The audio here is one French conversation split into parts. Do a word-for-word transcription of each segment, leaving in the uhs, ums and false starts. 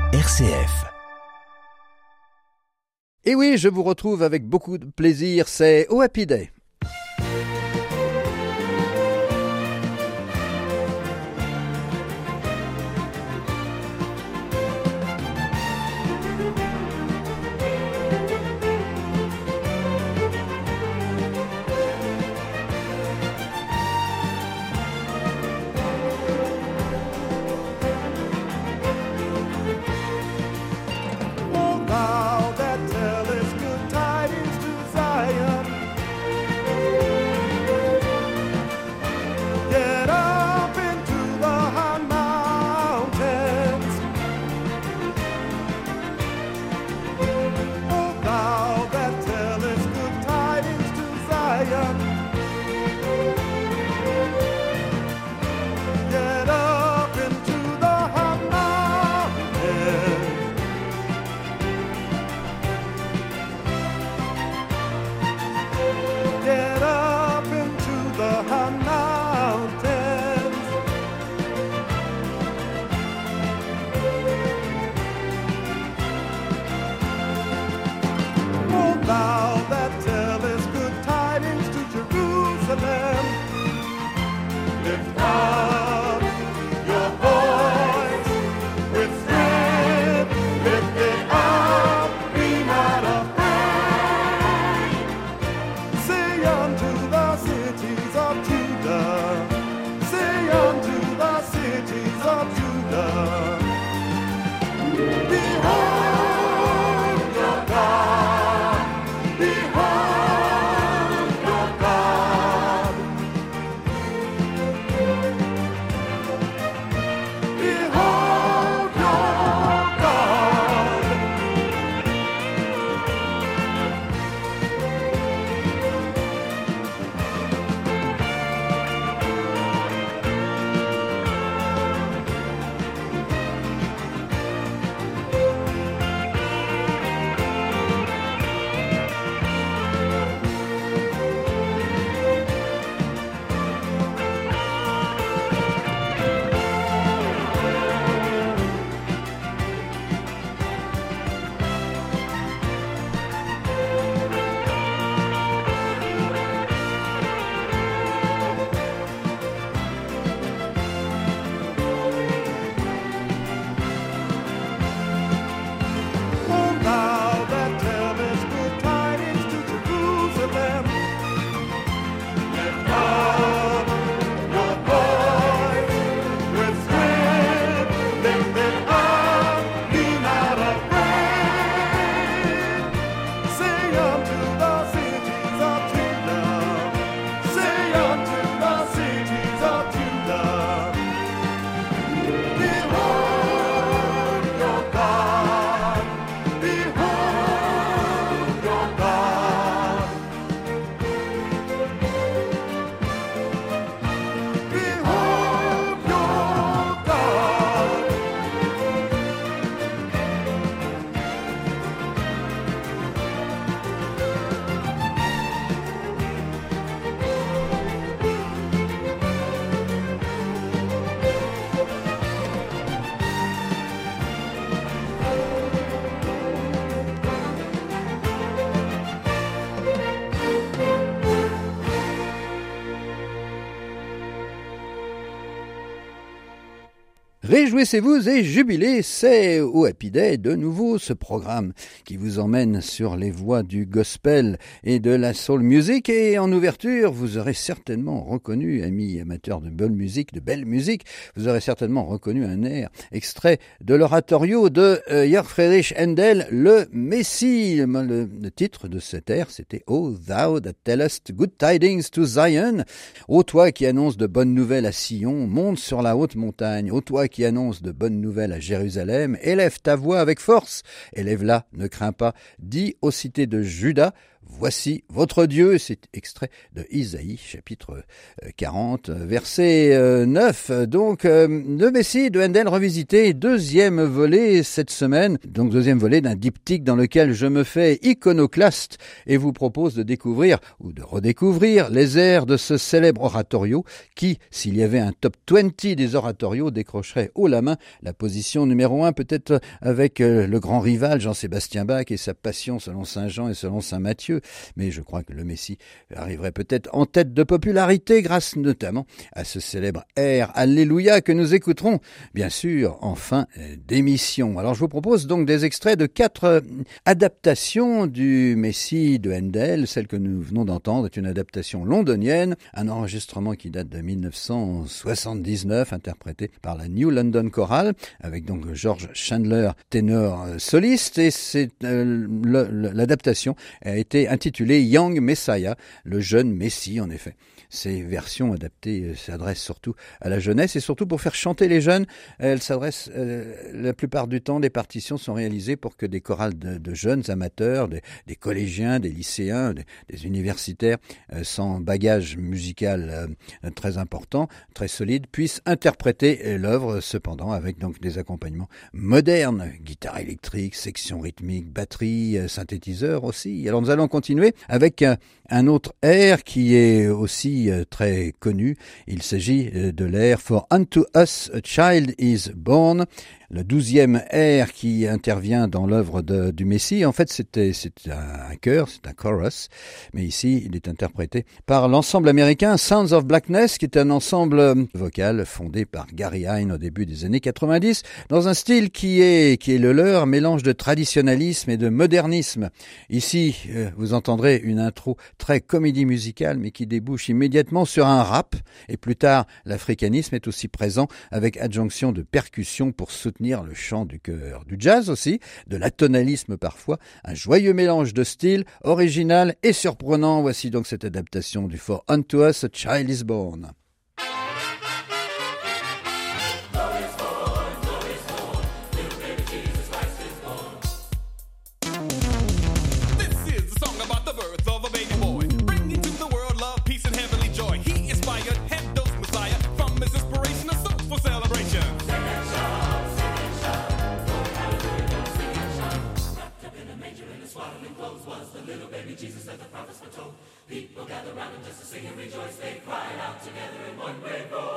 R C F. Et oui, je vous retrouve avec beaucoup de plaisir, c'est Oh Happy Day. Réjouissez-vous et jubilez, c'est au Happy Day de nouveau ce programme qui vous emmène sur les voies du gospel et de la soul music. Et en ouverture, vous aurez certainement reconnu, amis amateurs de bonne musique, de belle musique, vous aurez certainement reconnu un air extrait de l'oratorio de euh, Jörg Friedrich Händel, le Messie. Le, le titre de cet air, c'était Oh thou that tellest good tidings to Zion. Ô toi qui annonce de bonnes nouvelles à Sion, monte sur la haute montagne. Ô toi qui annonce de bonnes nouvelles à Jérusalem, élève ta voix avec force, élève-la, ne crains pas, dis aux cités de Juda, voici votre Dieu. C'est extrait de Isaïe, chapitre quarante, verset neuf. Donc, le Messie de Handel revisité, deuxième volet cette semaine. Donc, deuxième volet d'un diptyque dans lequel je me fais iconoclaste et vous propose de découvrir ou de redécouvrir les airs de ce célèbre oratorio qui, s'il y avait un top vingt des oratorios, décrocherait haut la main la position numéro un, peut-être avec le grand rival Jean-Sébastien Bach et sa passion selon saint Jean et selon saint Matthieu. Mais je crois que le Messie arriverait peut-être en tête de popularité grâce notamment à ce célèbre air Alléluia que nous écouterons bien sûr en fin d'émission. Alors je vous propose donc des extraits de quatre adaptations du Messie de Handel. Celle que nous venons d'entendre est une adaptation londonienne, un enregistrement qui date de mille neuf cent soixante-dix-neuf, interprété par la New London Chorale, avec donc George Chandler, ténor soliste, et c'est euh, le, le, l'adaptation a été intitulée Young Messiah, le jeune Messie en effet. Ces versions adaptées s'adressent surtout à la jeunesse et surtout pour faire chanter les jeunes. Elles s'adressent, euh, la plupart du temps, des partitions sont réalisées pour que des chorales de, de jeunes amateurs, des, des collégiens, des lycéens, des, des universitaires euh, sans bagage musical euh, très important, très solide, puissent interpréter l'œuvre, cependant avec donc des accompagnements modernes, guitare électrique, section rythmique, batterie, euh, synthétiseur aussi. Alors nous allons continuer avec un, un autre air qui est aussi très connu. Il s'agit de l'air For Unto Us a Child is Born, le douzième air qui intervient dans l'œuvre de, du Messie. En fait, c'était, c'est un chœur, c'est un chorus, mais ici, il est interprété par l'ensemble américain Sounds of Blackness, qui est un ensemble vocal fondé par Gary Hine au début des années quatre-vingt-dix, dans un style qui est, qui est le leur, mélange de traditionnalisme et de modernisme. Ici, vous entendrez une intro très comédie musicale, mais qui débouche immédiatement sur un rap, et plus tard, l'africanisme est aussi présent, avec adjonction de percussions pour soutenir le chant du chœur, du jazz aussi, de l'atonalisme parfois, un joyeux mélange de styles, original et surprenant. Voici donc cette adaptation du For Unto Us a Child is Born. People gather round him just to sing and rejoice. They cried out together in one great voice.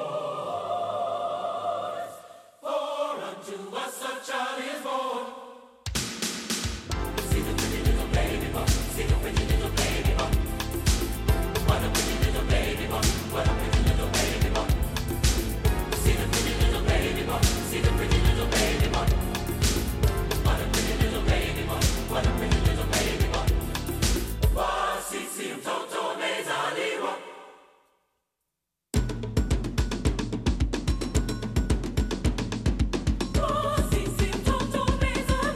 For unto us a child is born. See the pretty little baby boy. See the pretty little baby boy. What a pretty little baby boy. What a pretty little baby boy. See the pretty little baby boy. See the pretty little baby boy. What a pretty little baby boy. What a pretty little baby boy. Voici si un toto mes aliwa. Voici si un toto mes aliwa.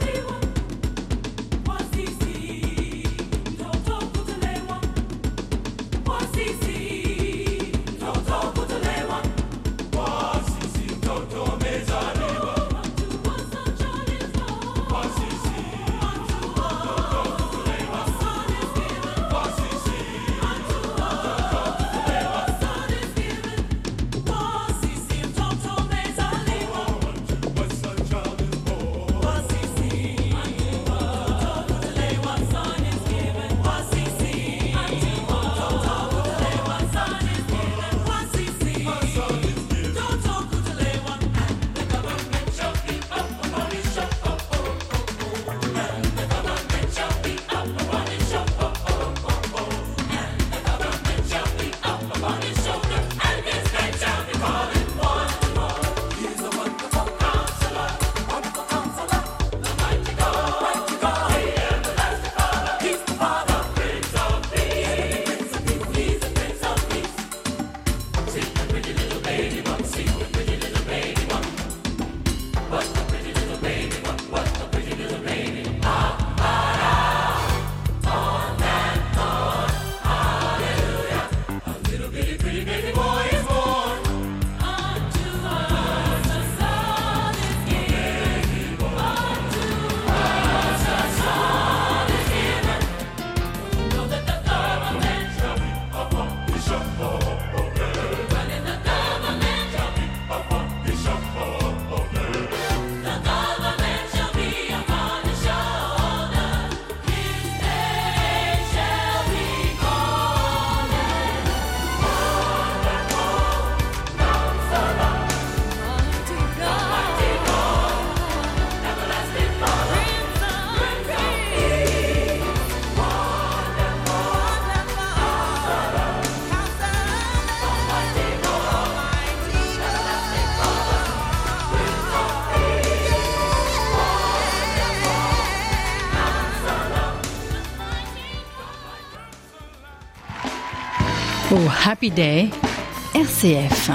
Pour Happy Day, R C F.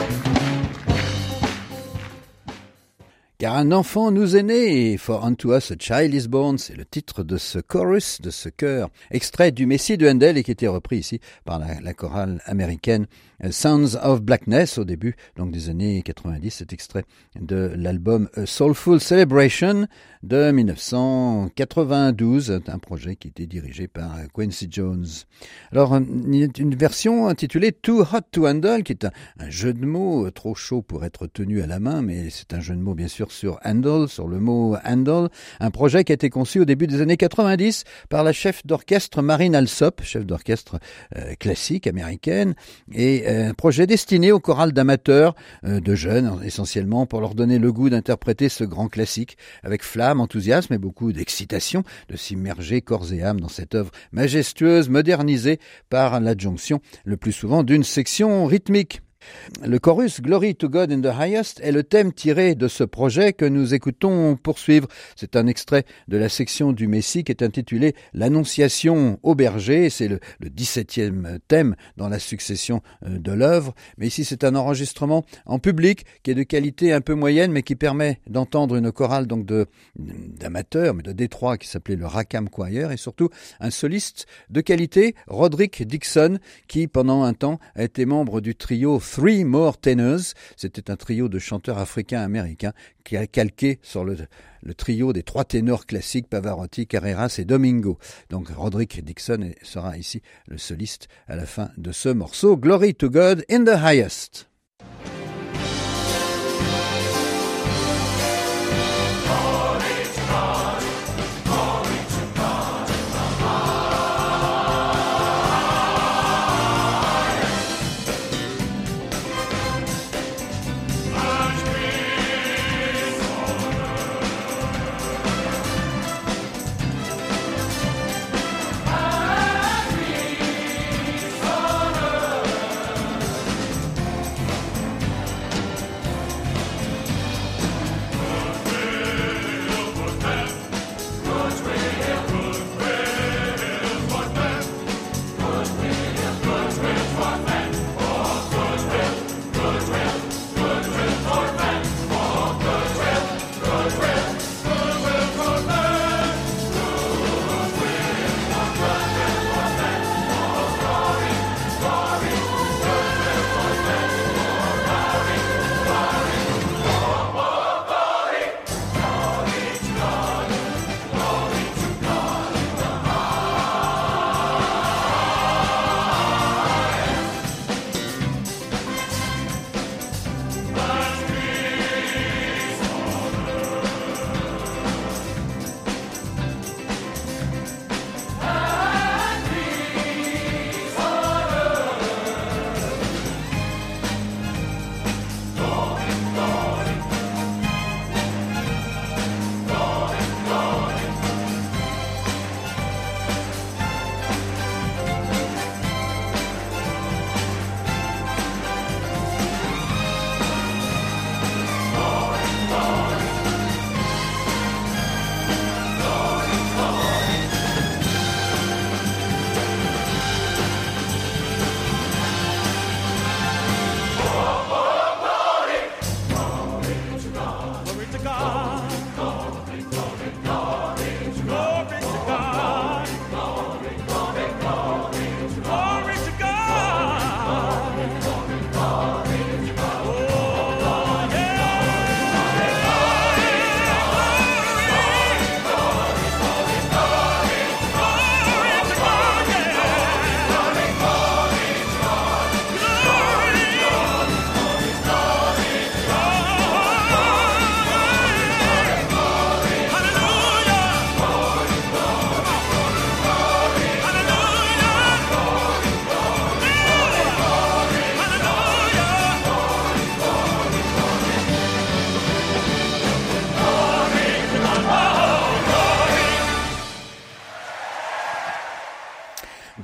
Car un enfant nous est né, et For unto us a child is born, c'est le titre de ce chorus, de ce chœur, extrait du Messie de Handel et qui était repris ici par la, la chorale américaine Sounds of Blackness au début donc des années quatre-vingt-dix, cet extrait de l'album A Soulful Celebration de dix-neuf cent quatre-vingt-douze, un projet qui était dirigé par Quincy Jones. Alors une version intitulée Too Hot to Handle, qui est un, un jeu de mots trop chaud pour être tenu à la main, mais c'est un jeu de mots bien sûr sur Handel, sur le mot Handel, un projet qui a été conçu au début des années quatre-vingt-dix par la chef d'orchestre Marine Alsop, chef d'orchestre euh, classique américaine, et un projet destiné aux chorales d'amateurs, euh, de jeunes essentiellement, pour leur donner le goût d'interpréter ce grand classique avec flamme, enthousiasme et beaucoup d'excitation, de s'immerger corps et âme dans cette œuvre majestueuse, modernisée par l'adjonction le plus souvent d'une section rythmique. Le chorus Glory to God in the Highest est le thème tiré de ce projet que nous écoutons poursuivre. C'est un extrait de la section du Messie qui est intitulée L'Annonciation au berger. C'est le, le dix-septième thème dans la succession de l'œuvre. Mais ici, c'est un enregistrement en public qui est de qualité un peu moyenne, mais qui permet d'entendre une chorale donc de, d'amateurs, mais de Détroit, qui s'appelait le Rackham Choir, et surtout un soliste de qualité, Roderick Dixon, qui pendant un temps a été membre du trio Three More Tenors. C'était un trio de chanteurs africains-américains qui a calqué sur le, le trio des trois ténors classiques Pavarotti, Carreras et Domingo. Donc Roderick Dixon sera ici le soliste à la fin de ce morceau. Glory to God in the Highest.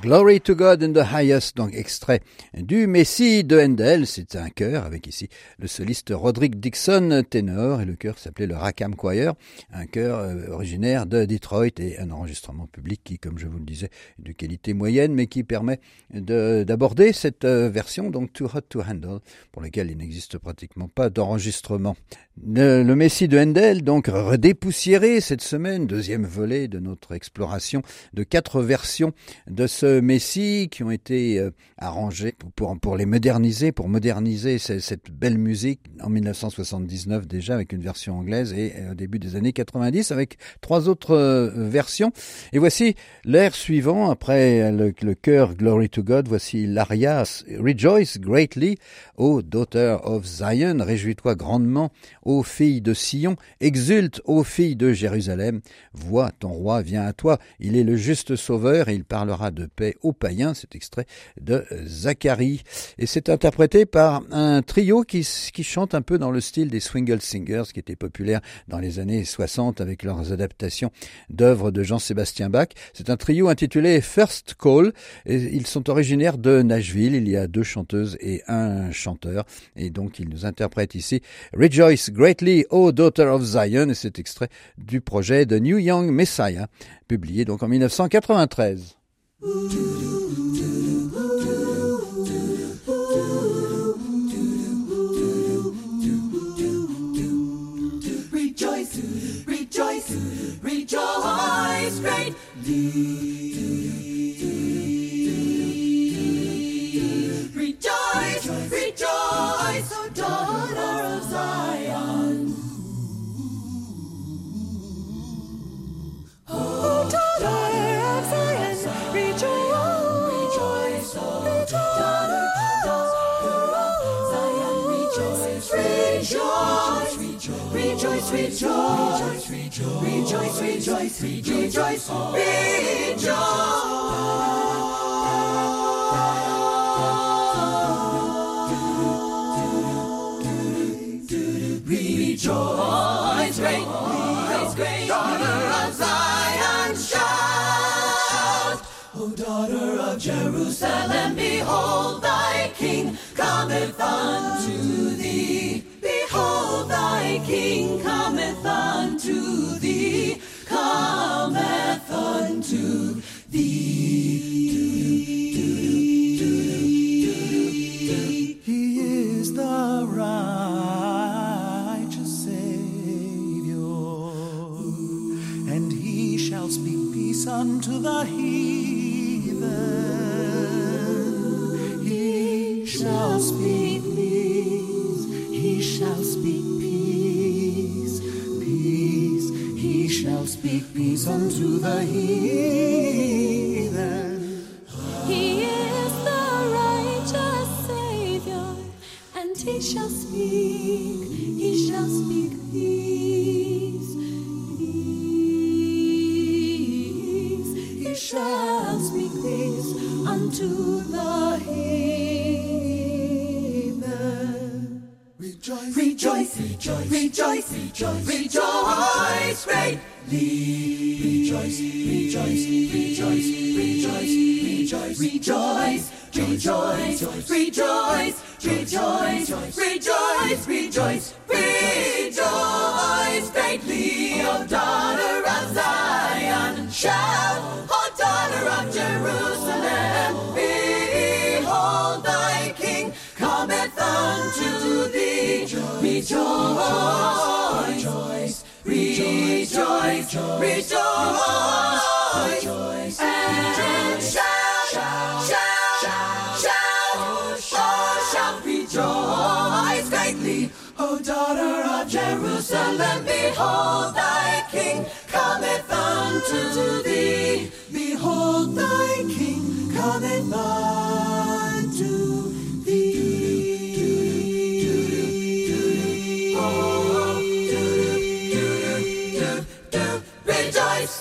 Glory to God in the Highest, donc extrait du Messie de Handel. C'est un chœur avec ici le soliste Roderick Dixon, ténor, et le chœur s'appelait le Rackham Choir, un chœur euh, originaire de Detroit et un enregistrement public qui, comme je vous le disais, est de qualité moyenne, mais qui permet de, d'aborder cette euh, version, donc Too Hot to Handle, pour laquelle il n'existe pratiquement pas d'enregistrement. Le, le Messie de Handel, donc redépoussiéré cette semaine, deuxième volet de notre exploration de quatre versions de ce Messie qui ont été euh, arrangées pour, pour, pour les moderniser, pour moderniser cette, cette belle musique en dix-neuf cent soixante-dix-neuf déjà avec une version anglaise et euh, au début des années quatre-vingt-dix avec trois autres euh, versions. Et voici l'air suivant, après le, le chœur Glory to God, voici l'aria Rejoice greatly, ô daughter of Zion, réjouis-toi grandement, ô filles de Sion, exulte, ô filles de Jérusalem, vois ton roi vient à toi, il est le juste sauveur et il parlera de paix aux païens. C'est extrait de Zacharie et c'est interprété par un trio qui, qui chante un peu dans le style des Swingle Singers qui étaient populaires dans les années soixante avec leurs adaptations d'œuvres de Jean-Sébastien Bach. C'est un trio intitulé First Call et ils sont originaires de Nashville. Il y a deux chanteuses et un chanteur et donc ils nous interprètent ici Rejoice Greatly, O Daughter of Zion, et c'est extrait du projet de New Young Messiah, publié donc en dix-neuf cent quatre-vingt-treize. Rejoice, rejoice, rejoice greatly. Rejoice, rejoice, O daughter of Zion. O daughter of Zion, rejoice, rejoice, O daughter of Zion, rejoice, rejoice, rejoice, rejoice, rejoice, rejoice, rejoice, rejoice, rejoice. Rejoice, great, rejoice, great, daughter of Zion, shout. O daughter of Jerusalem, behold thy King cometh unto thee. Behold thy King cometh unto thee, cometh unto thee. He is the righteous Savior, and he shall speak peace unto the heathen. He shall speak peace, he shall speak peace, peace, he shall speak peace unto the heathen. He is the righteous Savior, and he shall speak, he shall speak peace, peace, he shall speak peace unto the heathen. Rejoice, rejoice, rejoice, rejoice, rejoice, rejoice greatly. Rejoice, rejoice, rejoice, rejoice, rejoice, rejoice, rejoice, rejoice, rejoice, rejoice, rejoice, rejoice greatly, O daughter of Zion, shout, O daughter of Jerusalem, behold thy King cometh unto thee. Rejoice, rejoice, rejoice, rejoice, and shout, shout, shout, oh, shout, rejoice greatly, O daughter of Jerusalem, behold thy King cometh unto thee. Behold thy King cometh unto thee. Oh, rejoice.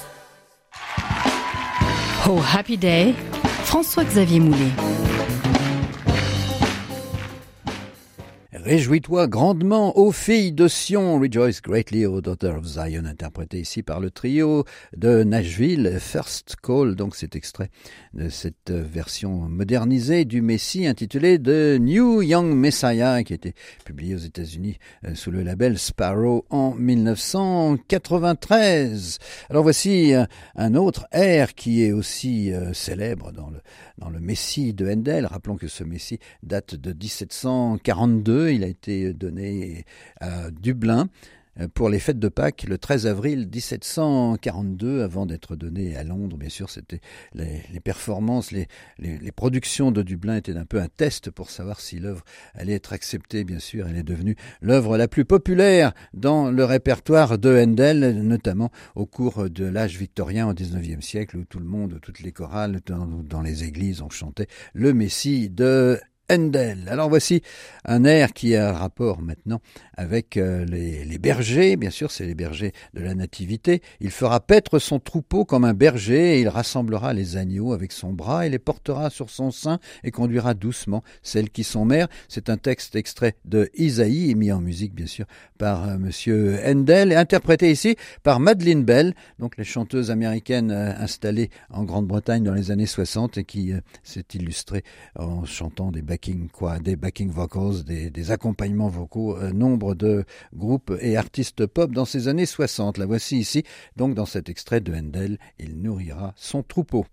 Oh Happy Day, François-Xavier Moulet. Réjouis-toi grandement, ô filles de Sion, Rejoice greatly, ô daughter of Zion, interprété ici par le trio de Nashville, First Call. Donc cet extrait de cette version modernisée du Messie intitulée The New Young Messiah, qui a été publié aux États-Unis sous le label Sparrow en dix-neuf cent quatre-vingt-treize. Alors voici un autre air qui est aussi célèbre dans le, dans le Messie de Handel. Rappelons que ce Messie date de dix-sept cent quarante-deux. Il a été donné à Dublin pour les fêtes de Pâques le treize avril dix-sept cent quarante-deux, avant d'être donné à Londres. Bien sûr, c'était les, les performances, les, les, les productions de Dublin étaient un peu un test pour savoir si l'œuvre allait être acceptée. Bien sûr, elle est devenue l'œuvre la plus populaire dans le répertoire de Handel, notamment au cours de l'âge victorien au dix-neuvième siècle, où tout le monde, toutes les chorales dans, dans les églises, on chantait le Messie de Handel. Alors voici un air qui a un rapport maintenant avec euh, les, les bergers. Bien sûr, c'est les bergers de la Nativité. Il fera paître son troupeau comme un berger et il rassemblera les agneaux avec son bras et les portera sur son sein et conduira doucement celles qui sont mères. C'est un texte extrait de Isaïe et mis en musique bien sûr par euh, monsieur Handel et interprété ici par Madeleine Bell, donc les chanteuses américaines euh, installées en Grande-Bretagne dans les années soixante et qui euh, s'est illustrée en chantant des backing, quoi, des backing vocals, des, des accompagnements vocaux, euh, nombre de groupes et artistes pop dans ces années soixante. La voici ici, donc dans cet extrait de Handel, il nourrira son troupeau.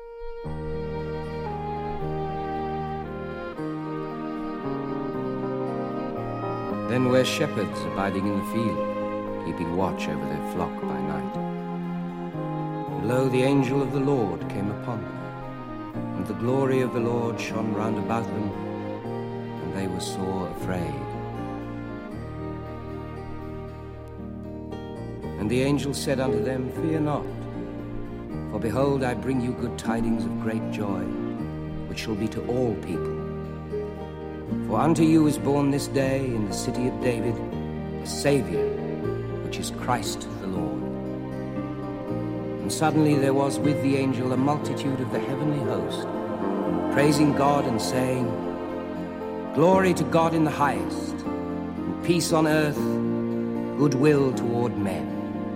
Then were shepherds abiding in the field, keeping watch over their flock by night. And lo, the angel of the Lord came upon them, and the glory of the Lord shone round about them, and they were sore afraid. And the angel said unto them, Fear not, for behold, I bring you good tidings of great joy, which shall be to all people. For unto you is born this day in the city of David a Saviour, which is Christ the Lord. And suddenly there was with the angel a multitude of the heavenly host, praising God and saying, Glory to God in the highest, and peace on earth, goodwill toward men.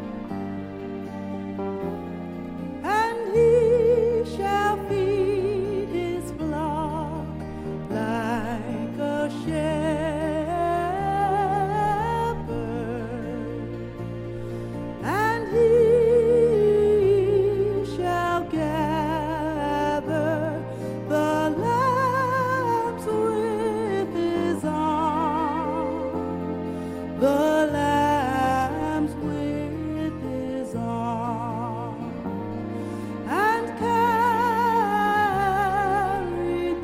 And he shall feed his flock like a shepherd, and he shall gather the lambs with his arm, the lambs with his arm, and carry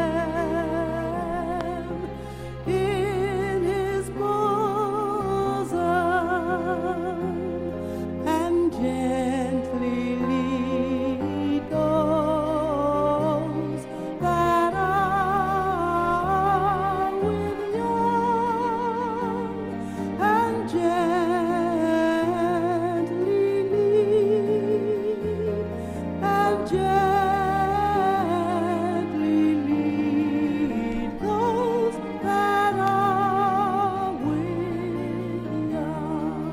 them in his bosom, and gently lead those that are with young, and gently lead, and gently lead those that are with young.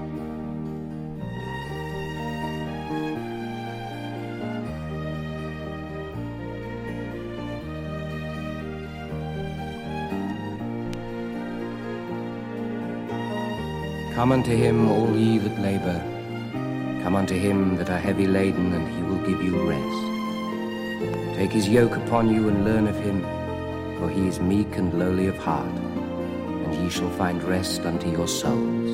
Come unto him, all ye that labour, come unto him that are heavy laden, and he will give you rest. Take his yoke upon you and learn of him, for he is meek and lowly of heart, and ye shall find rest unto your souls.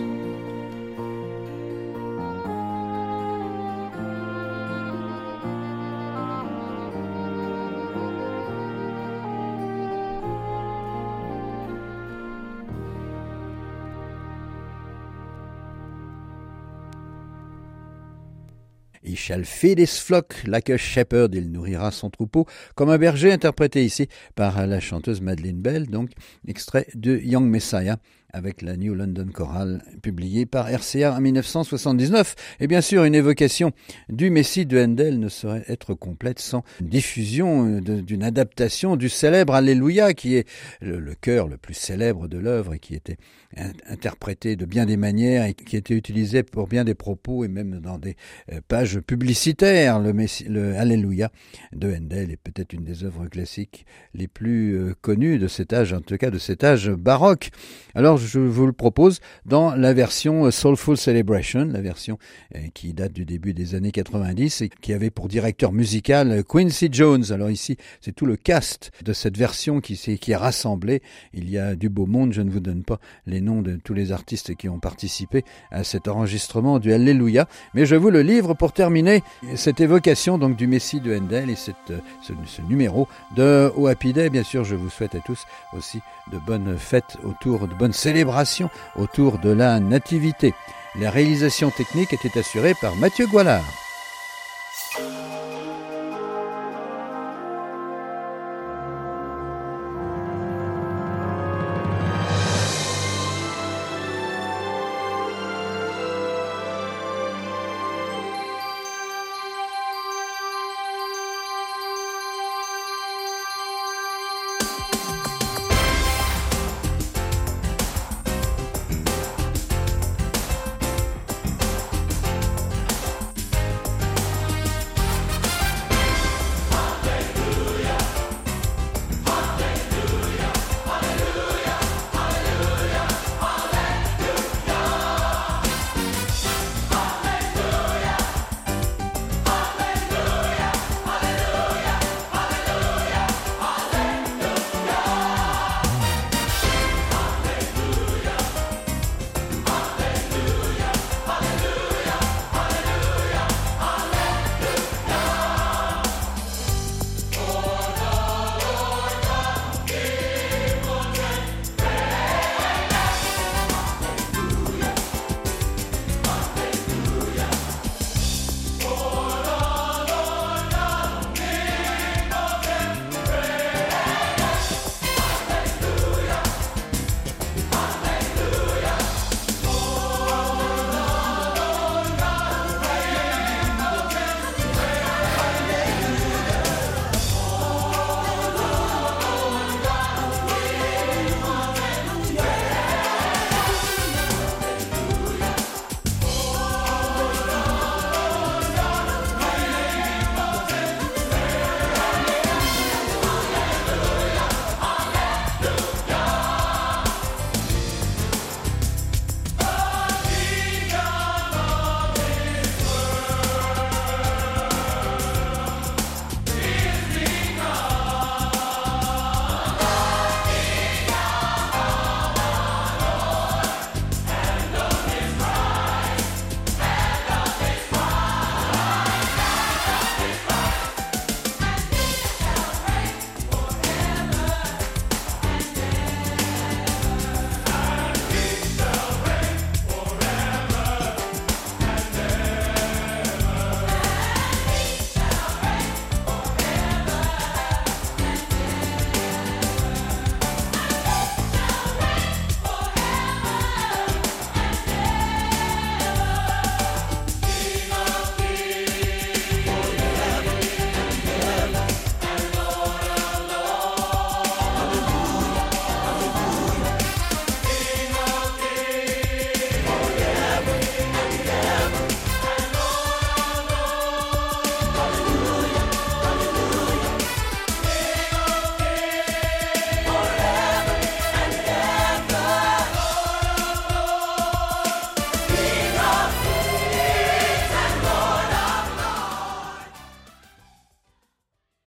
He shall feed his flock like a shepherd. Il nourrira son troupeau comme un berger, interprété ici par la chanteuse Madeleine Bell, donc extrait de Young Messiah, avec la New London Chorale, publiée par R C A en mille neuf cent soixante-dix-neuf. Et bien sûr, une évocation du Messie de Handel ne saurait être complète sans une diffusion de, d'une adaptation du célèbre Alléluia, qui est le, le chœur le plus célèbre de l'œuvre et qui était interprété de bien des manières et qui était utilisé pour bien des propos et même dans des pages publicitaires. Le, Messie, le Alléluia de Handel est peut-être une des œuvres classiques les plus connues de cet âge, en tout cas de cet âge baroque. Alors je vous le propose dans la version Soulful Celebration, la version qui date du début des années quatre-vingt-dix et qui avait pour directeur musical Quincy Jones. Alors ici, c'est tout le cast de cette version qui, qui est rassemblé. Il y a du beau monde, je ne vous donne pas les noms de tous les artistes qui ont participé à cet enregistrement du Alléluia, mais je vous le livre pour terminer cette évocation donc du Messie de Handel et cette, ce, ce numéro de Oh Happy Day. Bien sûr, je vous souhaite à tous aussi de bonnes fêtes autour, de bonnes célébrations autour de la Nativité. La réalisation technique était assurée par Mathieu Goualard.